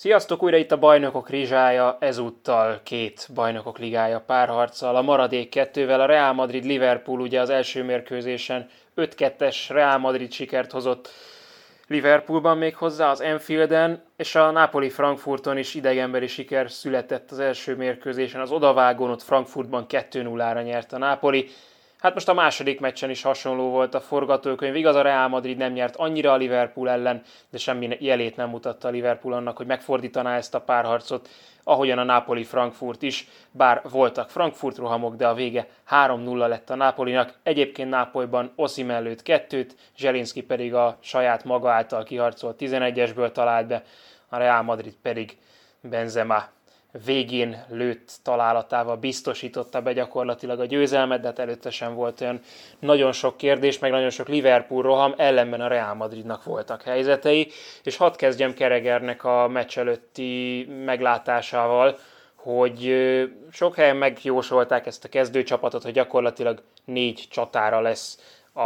Sziasztok, újra itt a Bajnokok Rizsája, ezúttal két Bajnokok Ligája párharccal, a maradék kettővel. A Real Madrid-Liverpool ugye az első mérkőzésen 5-2-es Real Madrid sikert hozott Liverpoolban még hozzá az Anfielden, és a Napoli-Frankfurton is idegenbeli siker született az első mérkőzésen. Az odavágón ott Frankfurtban 2-0-ra nyert a Napoli. Hát most a második meccsen is hasonló volt a forgatókönyv. Igaz, a Real Madrid nem nyert annyira a Liverpool ellen, de semmi jelét nem mutatta a Liverpool annak, hogy megfordítaná ezt a párharcot, ahogyan a Napoli-Frankfurt is, bár voltak Frankfurt rohamok, de a vége 3-0 lett a Napolinak. Egyébként Nápolyban Osimhen lőtt 2-t, Zselinszky pedig a saját maga által kiharcolt 11-esből talált be, a Real Madrid pedig Benzema végén lőtt találatával biztosította be gyakorlatilag a győzelmet, de hát előtte sem volt olyan nagyon sok kérdés, meg nagyon sok Liverpool roham, ellenben a Real Madridnak voltak helyzetei, és hadd kezdjem Keregernek a meccs előtti meglátásával, hogy sok helyen megjósolták ezt a kezdőcsapatot, hogy gyakorlatilag 4 csatára lesz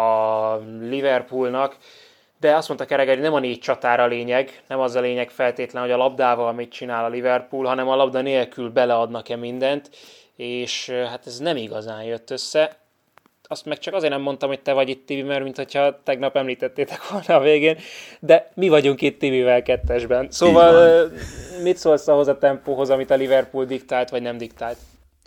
a Liverpoolnak, de azt mondta Kereger, hogy nem a 4 csatára a lényeg, nem az a lényeg feltétlen, hogy a labdával mit csinál a Liverpool, hanem a labda nélkül beleadnak-e mindent, és hát ez nem igazán jött össze. Azt meg csak azért nem mondtam, hogy te vagy itt, Tibi, mert mintha tegnap említettétek volna a végén, de mi vagyunk itt Tibivel kettesben. Szóval mit szólsz ahhoz a tempóhoz, amit a Liverpool diktált, vagy nem diktált?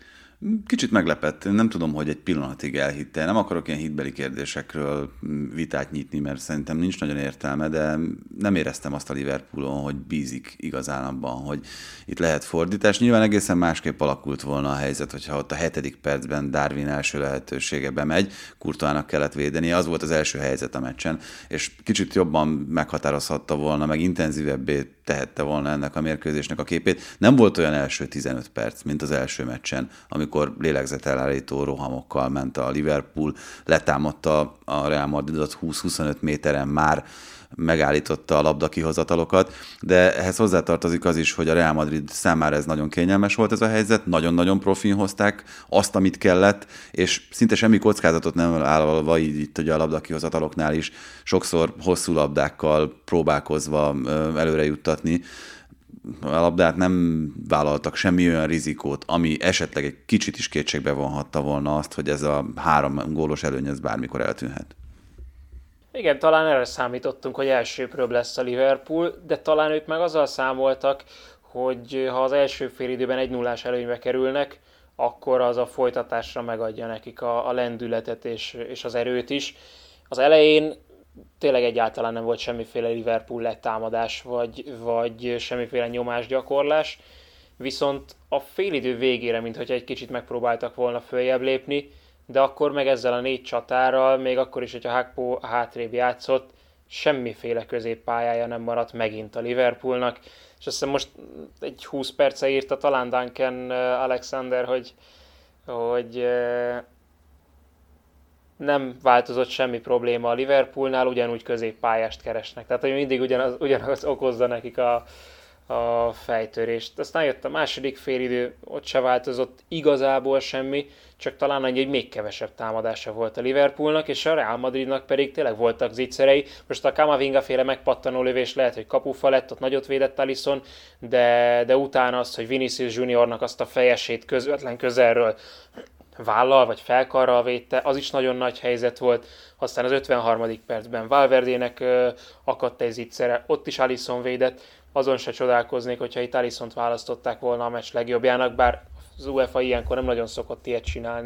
Kicsit meglepett, nem tudom, hogy egy pillanatig elhitte. Nem akarok ilyen hitbeli kérdésekről vitát nyitni, mert szerintem nincs nagyon értelme, de nem éreztem azt a Liverpoolon, hogy bízik igazán abban, hogy itt lehet fordítás. Nyilván egészen másképp alakult volna a helyzet, hogyha ott a 7. percben Darwin első lehetősége bemegy, Courtoisnak kellett védeni, az volt az első helyzet a meccsen, és kicsit jobban meghatározhatta volna, meg intenzívebbé tehette volna ennek a mérkőzésnek a képét. Nem volt olyan első 15 perc, mint az első meccsen, amikor lélegzetelállító rohamokkal ment a Liverpool, letámadta a Real Madridot 20-25 méteren már, megállította a labda kihozatalokat, de ehhez hozzátartozik az is, hogy a Real Madrid számára ez nagyon kényelmes volt ez a helyzet, nagyon-nagyon profin hozták azt, amit kellett, és szinte semmi kockázatot nem vállalva, így itt ugye a labda kihozataloknál is sokszor hosszú labdákkal próbálkozva előre juttatni. A labdát nem vállaltak semmi olyan rizikót, ami esetleg egy kicsit is kétségbe vonhatta volna azt, hogy ez a 3 gólos előny ez bármikor eltűnhet. Igen, talán erre számítottunk, hogy elsőprőbb lesz a Liverpool, de talán ők meg azzal számoltak, hogy ha az első félidőben 1-0-ás előnybe kerülnek, akkor az a folytatásra megadja nekik a lendületet és az erőt is. Az elején tényleg egyáltalán nem volt semmiféle Liverpool letámadás, vagy semmiféle nyomásgyakorlás, viszont a félidő végére, mintha egy kicsit megpróbáltak volna följebb lépni, de akkor meg ezzel a 4 csatárral, még akkor is, hogyha Hakpo hátrébb játszott, semmiféle középpályája nem maradt megint a Liverpoolnak, és azt hiszem most egy 20 perce írta talán Duncan Alexander, hogy nem változott semmi probléma a Liverpoolnál, ugyanúgy középpályást keresnek. Tehát, hogy mindig ugyanaz okozza nekik a fejtörést. Aztán jött a második félidő, ott se változott igazából semmi, csak talán annyi, hogy még kevesebb támadása volt a Liverpoolnak, és a Real Madridnak pedig tényleg voltak zicserei. Most a Camavinga féle megpattanó lövés lehet, hogy kapufa lett, ott nagyot védett Alisson, de utána az, hogy Vinicius Juniornak azt a fejesét közvetlen közelről vállal vagy felkarral védte, az is nagyon nagy helyzet volt. Aztán az 53. percben Valverdének akadt egy zicsere, ott is Alisson védett. Azon se csodálkoznék, hogyha itt Alissont választották volna a meccs legjobbjának, bár az UEFA ilyenkor nem nagyon szokott ilyet csinálni,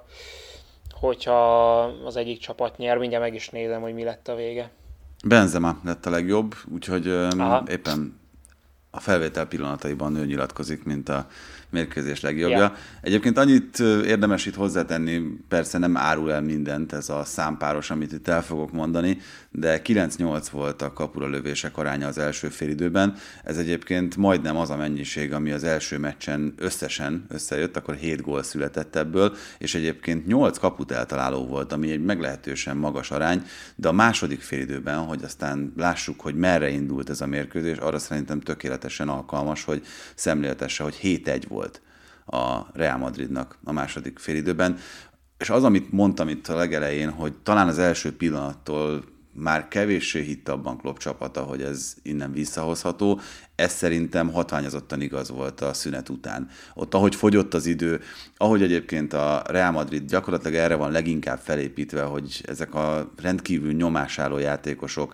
hogyha az egyik csapat nyer. Mindjárt meg is nézem, hogy mi lett a vége. Benzema lett a legjobb, úgyhogy éppen a felvétel pillanataiban ő nyilatkozik, mint a mérkőzés legjobbja. Yeah. Egyébként annyit érdemes itt hozzátenni, persze nem árul el mindent ez a számpáros, amit itt el fogok mondani, de 9-8 volt a kapura lövések aránya az első félidőben. Ez egyébként majdnem az a mennyiség, ami az első meccsen összesen összejött, akkor 7 gól született ebből, és egyébként 8 kaput eltaláló volt, ami egy meglehetősen magas arány, de a második félidőben, hogy aztán lássuk, hogy merre indult ez a mérkőzés, arra szerintem tökéletesen alkalmas, hogy szemléltesse, hogy 7-1 volt a Real Madridnak a második félidőben. És az, amit mondtam itt a legelején, hogy talán az első pillanattól már kevéssé hitt abban Klopp csapata, hogy ez innen visszahozható. Ez szerintem hatványozottan igaz volt a szünet után. Ott, ahogy fogyott az idő, ahogy egyébként a Real Madrid gyakorlatilag erre van leginkább felépítve, hogy ezek a rendkívül nyomásálló játékosok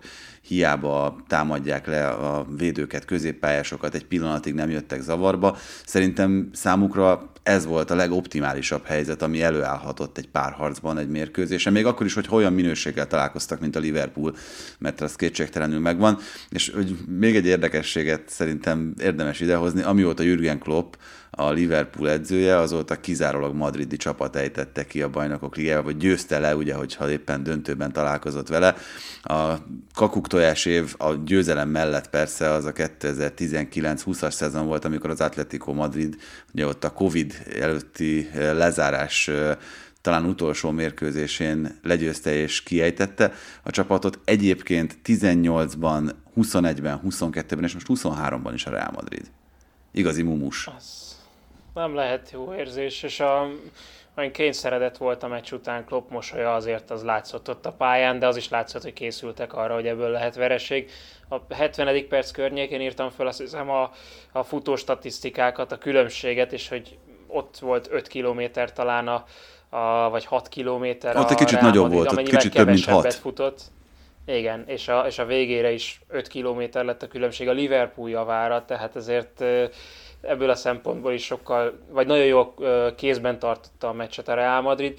hiába támadják le a védőket, középpályásokat, egy pillanatig nem jöttek zavarba. Szerintem számukra ez volt a legoptimálisabb helyzet, ami előállhatott egy párharcban, egy mérkőzésen, még akkor is, hogy olyan minőséggel találkoztak, mint a Liverpool, mert az kétségtelenül megvan. És hogy még egy érdekességet szerintem érdemes idehozni, amióta Jürgen Klopp a Liverpool edzője, azóta kizárólag madridi csapat ejtette ki a Bajnokok Ligájába, vagy győzte le, ugye, hogyha éppen döntőben találkozott vele. A kakuktojás év a győzelem mellett persze az a 2019-20-as szezon volt, amikor az Atlético Madrid, ugye ott a Covid előtti lezárás talán utolsó mérkőzésén legyőzte és kiejtette a csapatot. Egyébként 18-ban, 21-ben, 22-ben és most 23-ban is a Real Madrid. Igazi mumus. Az nem lehet jó érzés, és olyan kényszeredett volt a meccs után, Klopp mosolya azért az látszott ott a pályán, de az is látszott, hogy készültek arra, hogy ebből lehet vereség. A 70. perc környékén írtam fel azt hiszem a futó statisztikákat, a különbséget, és hogy ott volt 5 kilométer talán vagy 6 kilométer ott egy kicsit nagyobb volt, ott kicsit több mint 6. Futott. Igen, és a végére is 5 kilométer lett a különbség a Liverpool javára, tehát ezért ebből a szempontból is sokkal, vagy nagyon jól kézben tartotta a meccset a Real Madrid.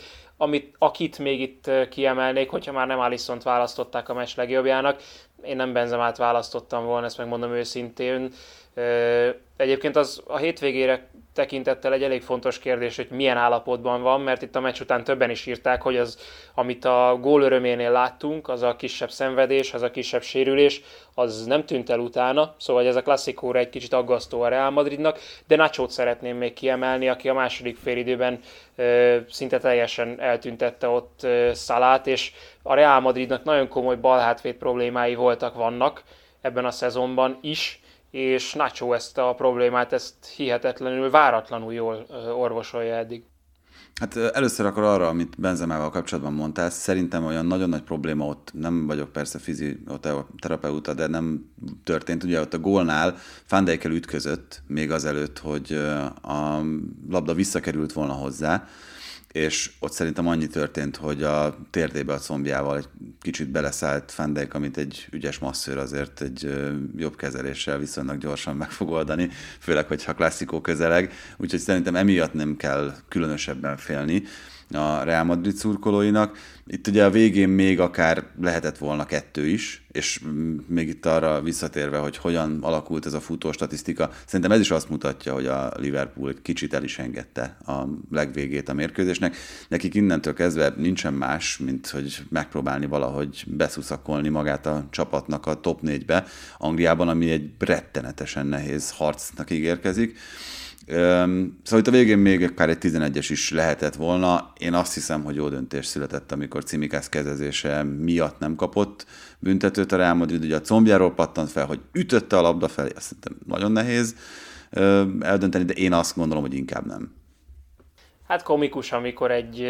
Akit még itt kiemelnék, hogyha már nem Alissont választották a meccs legjobbjának, én nem Benzemát választottam volna, ezt megmondom őszintén. Egyébként az a hétvégére tekintettel egy elég fontos kérdés, hogy milyen állapotban van, mert itt a meccs után többen is írták, hogy az, amit a gól öröménél láttunk, az a kisebb szenvedés, az a kisebb sérülés, az nem tűnt el utána, szóval ez a klasszikóra egy kicsit aggasztó a Real Madridnak, de Nachót szeretném még kiemelni, aki a második félidőben szinte teljesen eltüntette ott Salát, és a Real Madridnak nagyon komoly balhátvéd problémái vannak ebben a szezonban is, és Nacho ezt a problémát, ezt hihetetlenül, váratlanul jól orvosolja eddig. Hát először akkor arra, amit Benzemával kapcsolatban mondtál, szerintem olyan nagyon nagy probléma ott, nem vagyok persze fizioterapeuta, de nem történt. Ugye ott a gólnál Van Dijkkel ütközött, még azelőtt, hogy a labda visszakerült volna hozzá, és ott szerintem annyi történt, hogy a térdébe a combjával egy kicsit beleszállt Van Dijk, amit egy ügyes masszőr azért egy jobb kezeléssel viszonylag gyorsan meg fog oldani, főleg, hogyha klasszikó közeleg, úgyhogy szerintem emiatt nem kell különösebben félni a Real Madrid szurkolóinak. Itt ugye a végén még akár lehetett volna 2 is, és még itt arra visszatérve, hogy hogyan alakult ez a futó statisztika, szerintem ez is azt mutatja, hogy a Liverpool egy kicsit el is engedte a legvégét a mérkőzésnek. Nekik innentől kezdve nincsen más, mint hogy megpróbálni valahogy beszuszakolni magát a csapatnak a top 4-be Angliában, ami egy rettenetesen nehéz harcnak ígérkezik. Szóval itt a végén még akár egy 11-es is lehetett volna. Én azt hiszem, hogy jó döntés született, amikor Tsimikas kezezése miatt nem kapott büntetőt a Real Madrid. Ugye a combjáról pattant fel, hogy ütötte a labda felé, azt szerintem nagyon nehéz eldönteni, de én azt gondolom, hogy inkább nem. Hát komikus, amikor egy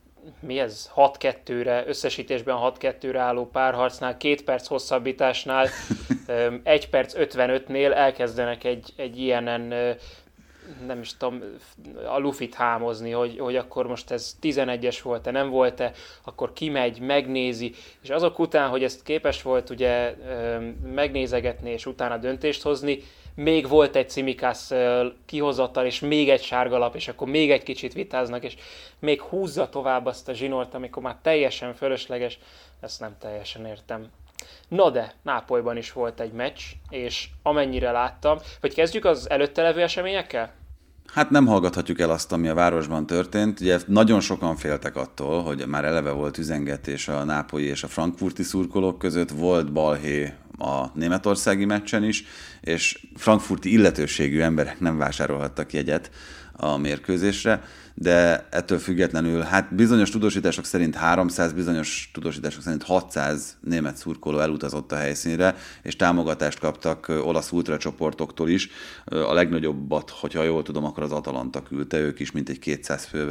6-2-re, összesítésben 6-2-re álló párharcnál, 2 perc hosszabbításnál, 1 perc 55-nél elkezdenek egy ilyenen nem is tudom, a lufit hámozni, hogy akkor most ez 11-es volt-e, nem volt-e, akkor kimegy, megnézi, és azok után, hogy ezt képes volt ugye megnézegetni, és utána döntést hozni, még volt egy Tsimikas kihozattal, és még egy sárgalap, és akkor még egy kicsit vitáznak, és még húzza tovább azt a zsinort, amikor már teljesen fölösleges, ezt nem teljesen értem. No de, Nápolyban is volt egy meccs, és amennyire láttam, vagy kezdjük az előtte levő eseményekkel? Hát nem hallgathatjuk el azt, ami a városban történt. Ugye nagyon sokan féltek attól, hogy már eleve volt üzengetés a nápolyi és a frankfurti szurkolók között, volt balhé a németországi meccsen is, és frankfurti illetőségű emberek nem vásárolhattak jegyet a mérkőzésre, de ettől függetlenül, hát bizonyos tudósítások szerint 300, bizonyos tudósítások szerint 600 német szurkoló elutazott a helyszínre, és támogatást kaptak olasz ultracsoportoktól is. A legnagyobbat, hogyha jól tudom, akkor az Atalanta küldte, ők is mintegy 200 fővel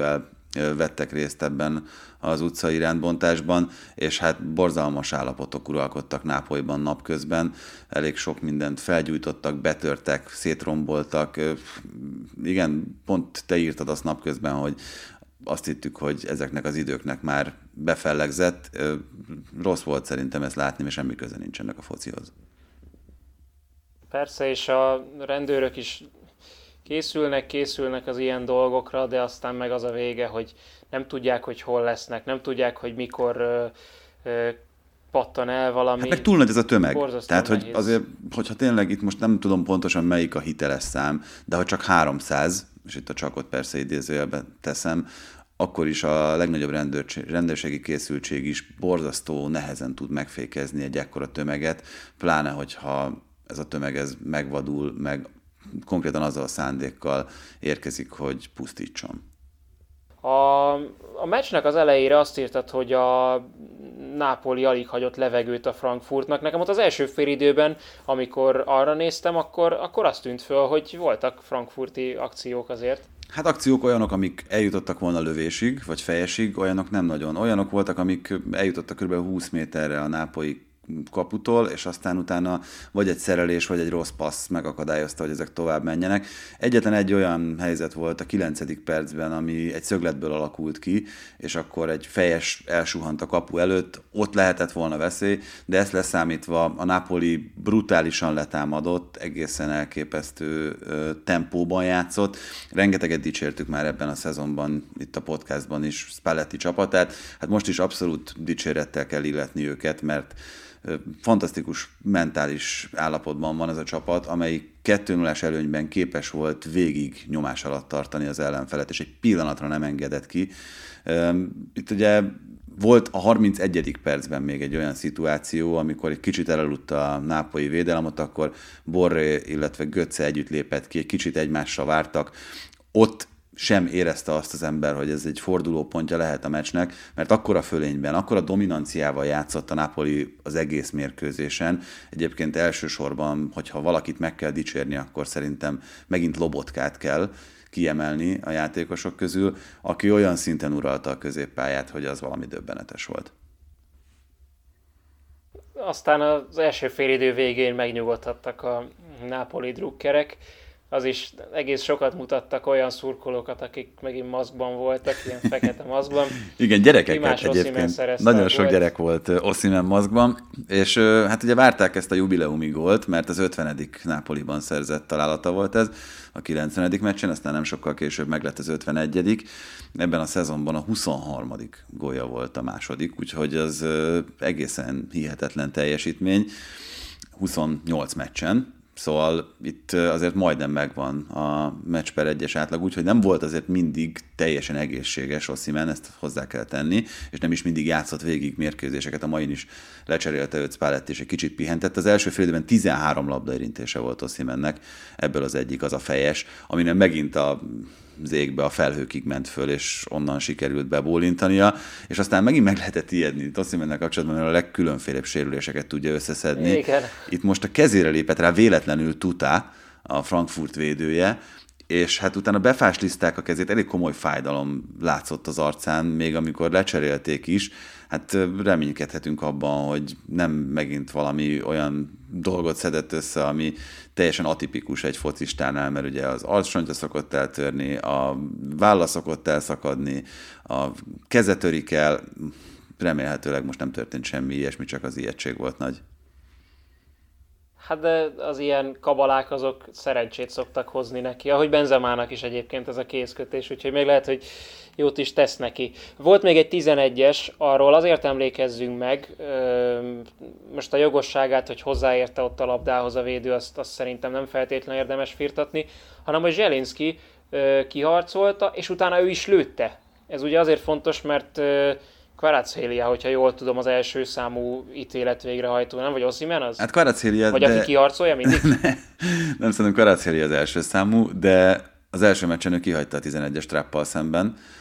vettek részt ebben az utcai rendbontásban, és hát borzalmas állapotok uralkodtak Nápolyban napközben, elég sok mindent felgyújtottak, betörtek, szétromboltak. Igen, pont te írtad azt napközben, hogy azt hittük, hogy ezeknek az időknek már befellegzett. Rossz volt szerintem ezt látni, és semmi köze nincs ennek a focihoz. Persze, és a rendőrök is készülnek az ilyen dolgokra, de aztán meg az a vége, hogy nem tudják, hogy hol lesznek, nem tudják, hogy mikor pattan el valami. Hát meg túl nagy ez a tömeg. Tehát, nehéz. hogy azért, hogyha tényleg itt most nem tudom pontosan melyik a hiteles szám, de ha csak 300, és itt a csakot persze idézőjelben teszem, akkor is a legnagyobb rendőrségi készültség is borzasztó nehezen tud megfékezni egy ekkora tömeget, pláne, hogyha ez a tömeg ez megvadul, meg konkrétan azzal a szándékkal érkezik, hogy pusztítson. A meccsnek az elejére azt írtad, hogy a Napoli alig hagyott levegőt a Frankfurtnak. Nekem ott az első félidőben, amikor arra néztem, akkor azt tűnt föl, hogy voltak frankfurti akciók azért. Hát akciók olyanok, amik eljutottak volna lövésig, vagy fejesig, olyanok nem nagyon. Olyanok voltak, amik eljutottak kb. 20 méterre a nápolyi kaputól, és aztán utána vagy egy szerelés, vagy egy rossz passz megakadályozta, hogy ezek tovább menjenek. Egyetlen egy olyan helyzet volt a 9. percben, ami egy szögletből alakult ki, és akkor egy fejes elsuhant a kapu előtt, ott lehetett volna veszély, de ezt leszámítva a Napoli brutálisan letámadott, egészen elképesztő tempóban játszott. Rengeteget dicsértük már ebben a szezonban, itt a podcastban is Spalletti csapatát. Hát most is abszolút dicsérettel kell illetni őket, mert fantasztikus mentális állapotban van ez a csapat, amelyik 2-0-ás előnyben képes volt végig nyomás alatt tartani az ellenfelet, és egy pillanatra nem engedett ki. Itt ugye volt a 31. percben még egy olyan szituáció, amikor egy kicsit elaludta a nápolyi védelem, akkor Borré, illetve Götze együtt lépett ki, egy kicsit egymásra vártak. Ott sem érezte azt az ember, hogy ez egy fordulópontja lehet a meccsnek, mert akkora fölényben, akkora dominanciával játszott a Napoli az egész mérkőzésen. Egyébként elsősorban, hogyha valakit meg kell dicsérni, akkor szerintem megint Lobotkát kell kiemelni a játékosok közül, aki olyan szinten uralta a középpályát, hogy az valami döbbenetes volt. Aztán az első félidő végén megnyugodhattak a nápolyi drukkerek. Az is egész sokat mutattak olyan szurkolókat, akik megint maszkban voltak, ilyen fekete maszkban. Igen, gyerekeket egyébként. Nagyon sok gyerek volt Osimhen maszkban, és hát ugye várták ezt a jubileumi gólt, mert az 50. Nápoliban szerzett találata volt ez, a 90. meccsen, aztán nem sokkal később meglett az 51. Ebben a szezonban a 23. gólja volt a második, úgyhogy az egészen hihetetlen teljesítmény, 28 meccsen. Szóval itt azért majdnem megvan a meccs per egyes átlag, úgyhogy nem volt azért mindig teljesen egészséges Osimhen, ezt hozzá kell tenni, és nem is mindig játszott végig mérkőzéseket, a mai is lecserélte őt Spalletti, és egy kicsit pihentett. Az első fél időben 13 labdaérintése volt Osimhennek, ebből az egyik az a fejes, aminek megint az égbe, a felhőkig ment föl, és onnan sikerült bebólintania, és aztán megint meg lehetett ijedni Osimhennel kapcsolatban, mert a legkülönfélebb sérüléseket tudja összeszedni. Igen. Itt most a kezére lépett rá véletlenül Tuta, a Frankfurt védője, és hát utána befáslizták a kezét, elég komoly fájdalom látszott az arcán, még amikor lecserélték is. Hát reménykedhetünk abban, hogy nem megint valami olyan dolgot szedett össze, ami teljesen atipikus egy focistánál, mert ugye az arcsontja szokott eltörni, a válla szokott elszakadni, a keze törik el, remélhetőleg most nem történt semmi ilyesmi, csak az ijegység volt nagy. Hát de az ilyen kabalák azok szerencsét szoktak hozni neki, ahogy Benzemának is egyébként ez a kézkötés, úgyhogy még lehet, hogy jót is tesz neki. Volt még egy 11-es, arról azért emlékezzünk meg, most a jogosságát, hogy hozzáérte ott a labdához a védő, azt szerintem nem feltétlenül érdemes firtatni, hanem hogy Zielinski kiharcolta, és utána ő is lőtte. Ez ugye azért fontos, mert Kvaratskhelia, hogyha jól tudom, az első számú ítélet végrehajtó, nem? Vagy Osimhen az? Hát Kvaratskhelia, vagy aki kiharcolja mindig? Nem szerintem Kvaratskhelia az első számú, de az első meccsen ő kihagyta a 11-es Trappal szemben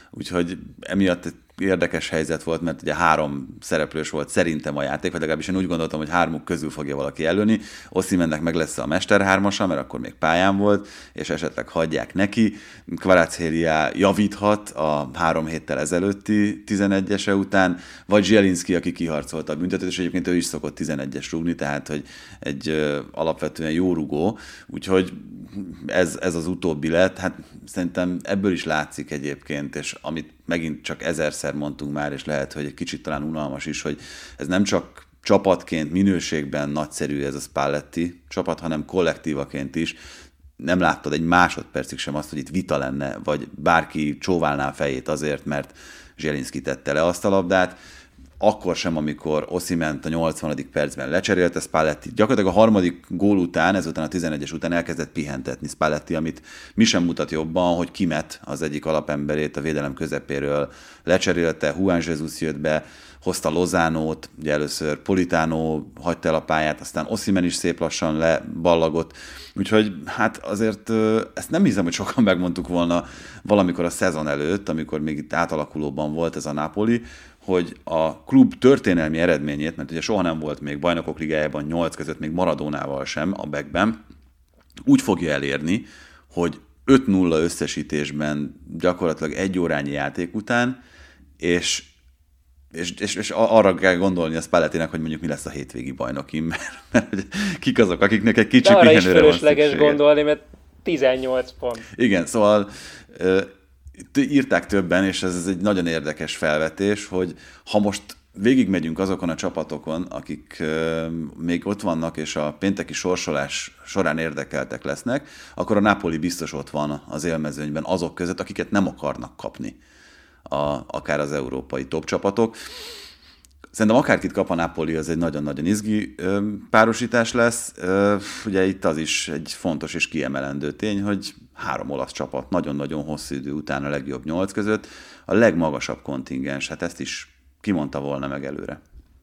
úgyhogy emiatt érdekes helyzet volt, mert ugye 3 szereplős volt szerintem a játék, vagy legalábbis én úgy gondoltam, hogy 3 közül fogja valaki előni. Osimhennek meg lesz a Mester 3-asa, mert akkor még pályán volt, és esetleg hagyják neki. Kvaratskhelia javíthat a 3 héttel ezelőtti 11-ese után, vagy Zielinski, aki kiharcolta a büntetőt, és egyébként ő is szokott 11-es rúgni, tehát hogy egy alapvetően jó rugó, úgyhogy ez az utóbbi lett. Hát szerintem ebből is látszik egyébként, és amit megint csak 1000-szer mondtunk már, és lehet, hogy egy kicsit talán unalmas is, hogy ez nem csak csapatként, minőségben nagyszerű ez a Spalletti csapat, hanem kollektívaként is. Nem láttad egy másodpercig sem azt, hogy itt vita lenne, vagy bárki csóválná a fejét azért, mert Zielinski tette le azt a labdát. Akkor sem, amikor Osimhent a 80. percben lecserélte Spalletti. Gyakorlatilag a 3. gól után, ezután a 11-es után elkezdett pihentetni Spalletti, amit mi sem mutat jobban, hogy Kimet, az egyik alapemberét a védelem közepéről lecserélte, Juan Jesus jött be, hozta Lozánót, ugye először Politano hagyta el a pályát, aztán Osimhen is szép lassan leballagott, úgyhogy hát azért ezt nem hiszem, hogy sokan megmondtuk volna valamikor a szezon előtt, amikor még itt átalakulóban volt ez a Napoli, hogy a klub történelmi eredményét, mert ugye soha nem volt még Bajnokok Ligájában 8 között, még Maradónával sem a backben, úgy fogja elérni, hogy 5-0 összesítésben gyakorlatilag 1 órányi játék után, és arra kell gondolni a Spallettinek, hogy mondjuk mi lesz a hétvégi bajnoki, mert kik azok, akiknek egy kicsi pihenőre van szüksége. Arra is fölösleges gondolni, mert 18 pont. Igen, szóval írták többen, és ez egy nagyon érdekes felvetés, hogy ha most végigmegyünk azokon a csapatokon, akik még ott vannak, és a pénteki sorsolás során érdekeltek lesznek, akkor a Napoli biztos ott van az élmezőnyben azok között, akiket nem akarnak kapni akár az európai top csapatok. Szerintem akárkit kap a Napoli, az egy nagyon-nagyon izgi párosítás lesz. Ugye itt az is egy fontos és kiemelendő tény, hogy 3 olasz csapat nagyon-nagyon hosszú idő után a legjobb 8 között, a legmagasabb kontingens, hát ezt is kimondta volna meg előre.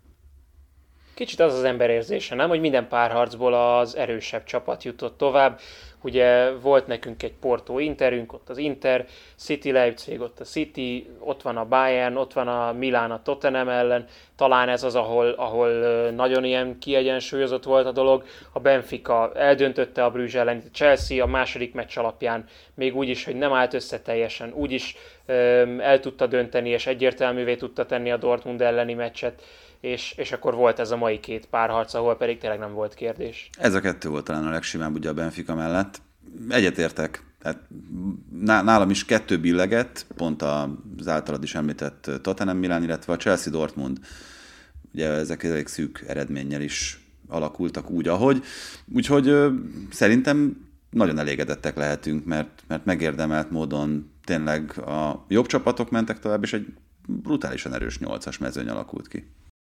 Kicsit az ember érzése, nem? Hogy minden párharcból az erősebb csapat jutott tovább. Ugye volt nekünk egy Porto Interünk, ott az Inter, City Leipzig, ott a City, ott van a Bayern, ott van a Milán a Tottenham ellen. Talán ez az, ahol nagyon ilyen kiegyensúlyozott volt a dolog. A Benfica eldöntötte a Bruges ellen, a Chelsea a második meccs alapján, még úgy is, hogy nem állt össze teljesen, úgy is el tudta dönteni, és egyértelművé tudta tenni a Dortmund elleni meccset. És akkor volt ez a mai 2 párharc, ahol pedig tényleg nem volt kérdés. Ez a 2 volt talán a legsimább ugye a Benfica mellett. Egyetértek. Tehát nálam is 2 billegett, pont az általad is említett Tottenham Milán, illetve a Chelsea Dortmund. Ugye ezek elég szűk eredménnyel is alakultak úgy, ahogy. Úgyhogy szerintem nagyon elégedettek lehetünk, mert megérdemelt módon tényleg a jobb csapatok mentek tovább, és egy brutálisan erős 8-as mezőny alakult ki.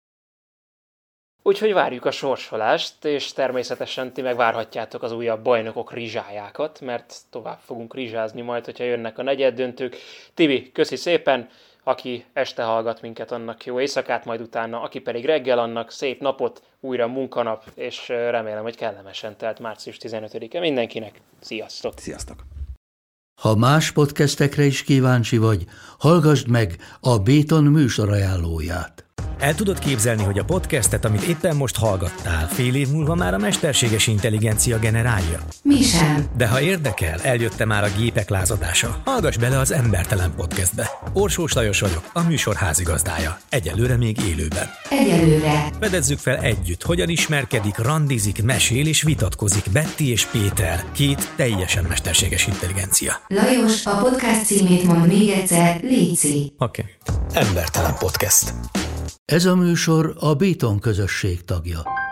Úgyhogy várjuk a sorsolást, és természetesen ti meg várhatjátok az újabb bajnokok rizsájákat, mert tovább fogunk rizsázni majd, hogyha jönnek a negyeddöntők. Tibi, köszi szépen, aki este hallgat minket, annak jó éjszakát, majd utána, aki pedig reggel, annak szép napot, újra munkanap, és remélem, hogy kellemesen telt március 15-e mindenkinek. Sziasztok! Sziasztok! Ha más podcastekre is kíváncsi vagy, hallgassd meg a Béton műsor ajánlóját. El tudod képzelni, hogy a podcastet, amit éppen most hallgattál, fél év múlva már a mesterséges intelligencia generálja? Mi sem. De ha érdekel, eljött már a gépek lázadása. Hallgass bele az Embertelen Podcastbe. Orsós Lajos vagyok, a műsor házigazdája. Egyelőre még élőben. Egyelőre. Fedezzük fel együtt, hogyan ismerkedik, randizik, mesél és vitatkozik Betty és Péter, 2 teljesen mesterséges intelligencia. Lajos, a podcast címét mond még egyszer, léci. Oké. Embertelen Podcast. Ez a műsor a Béton közösség tagja.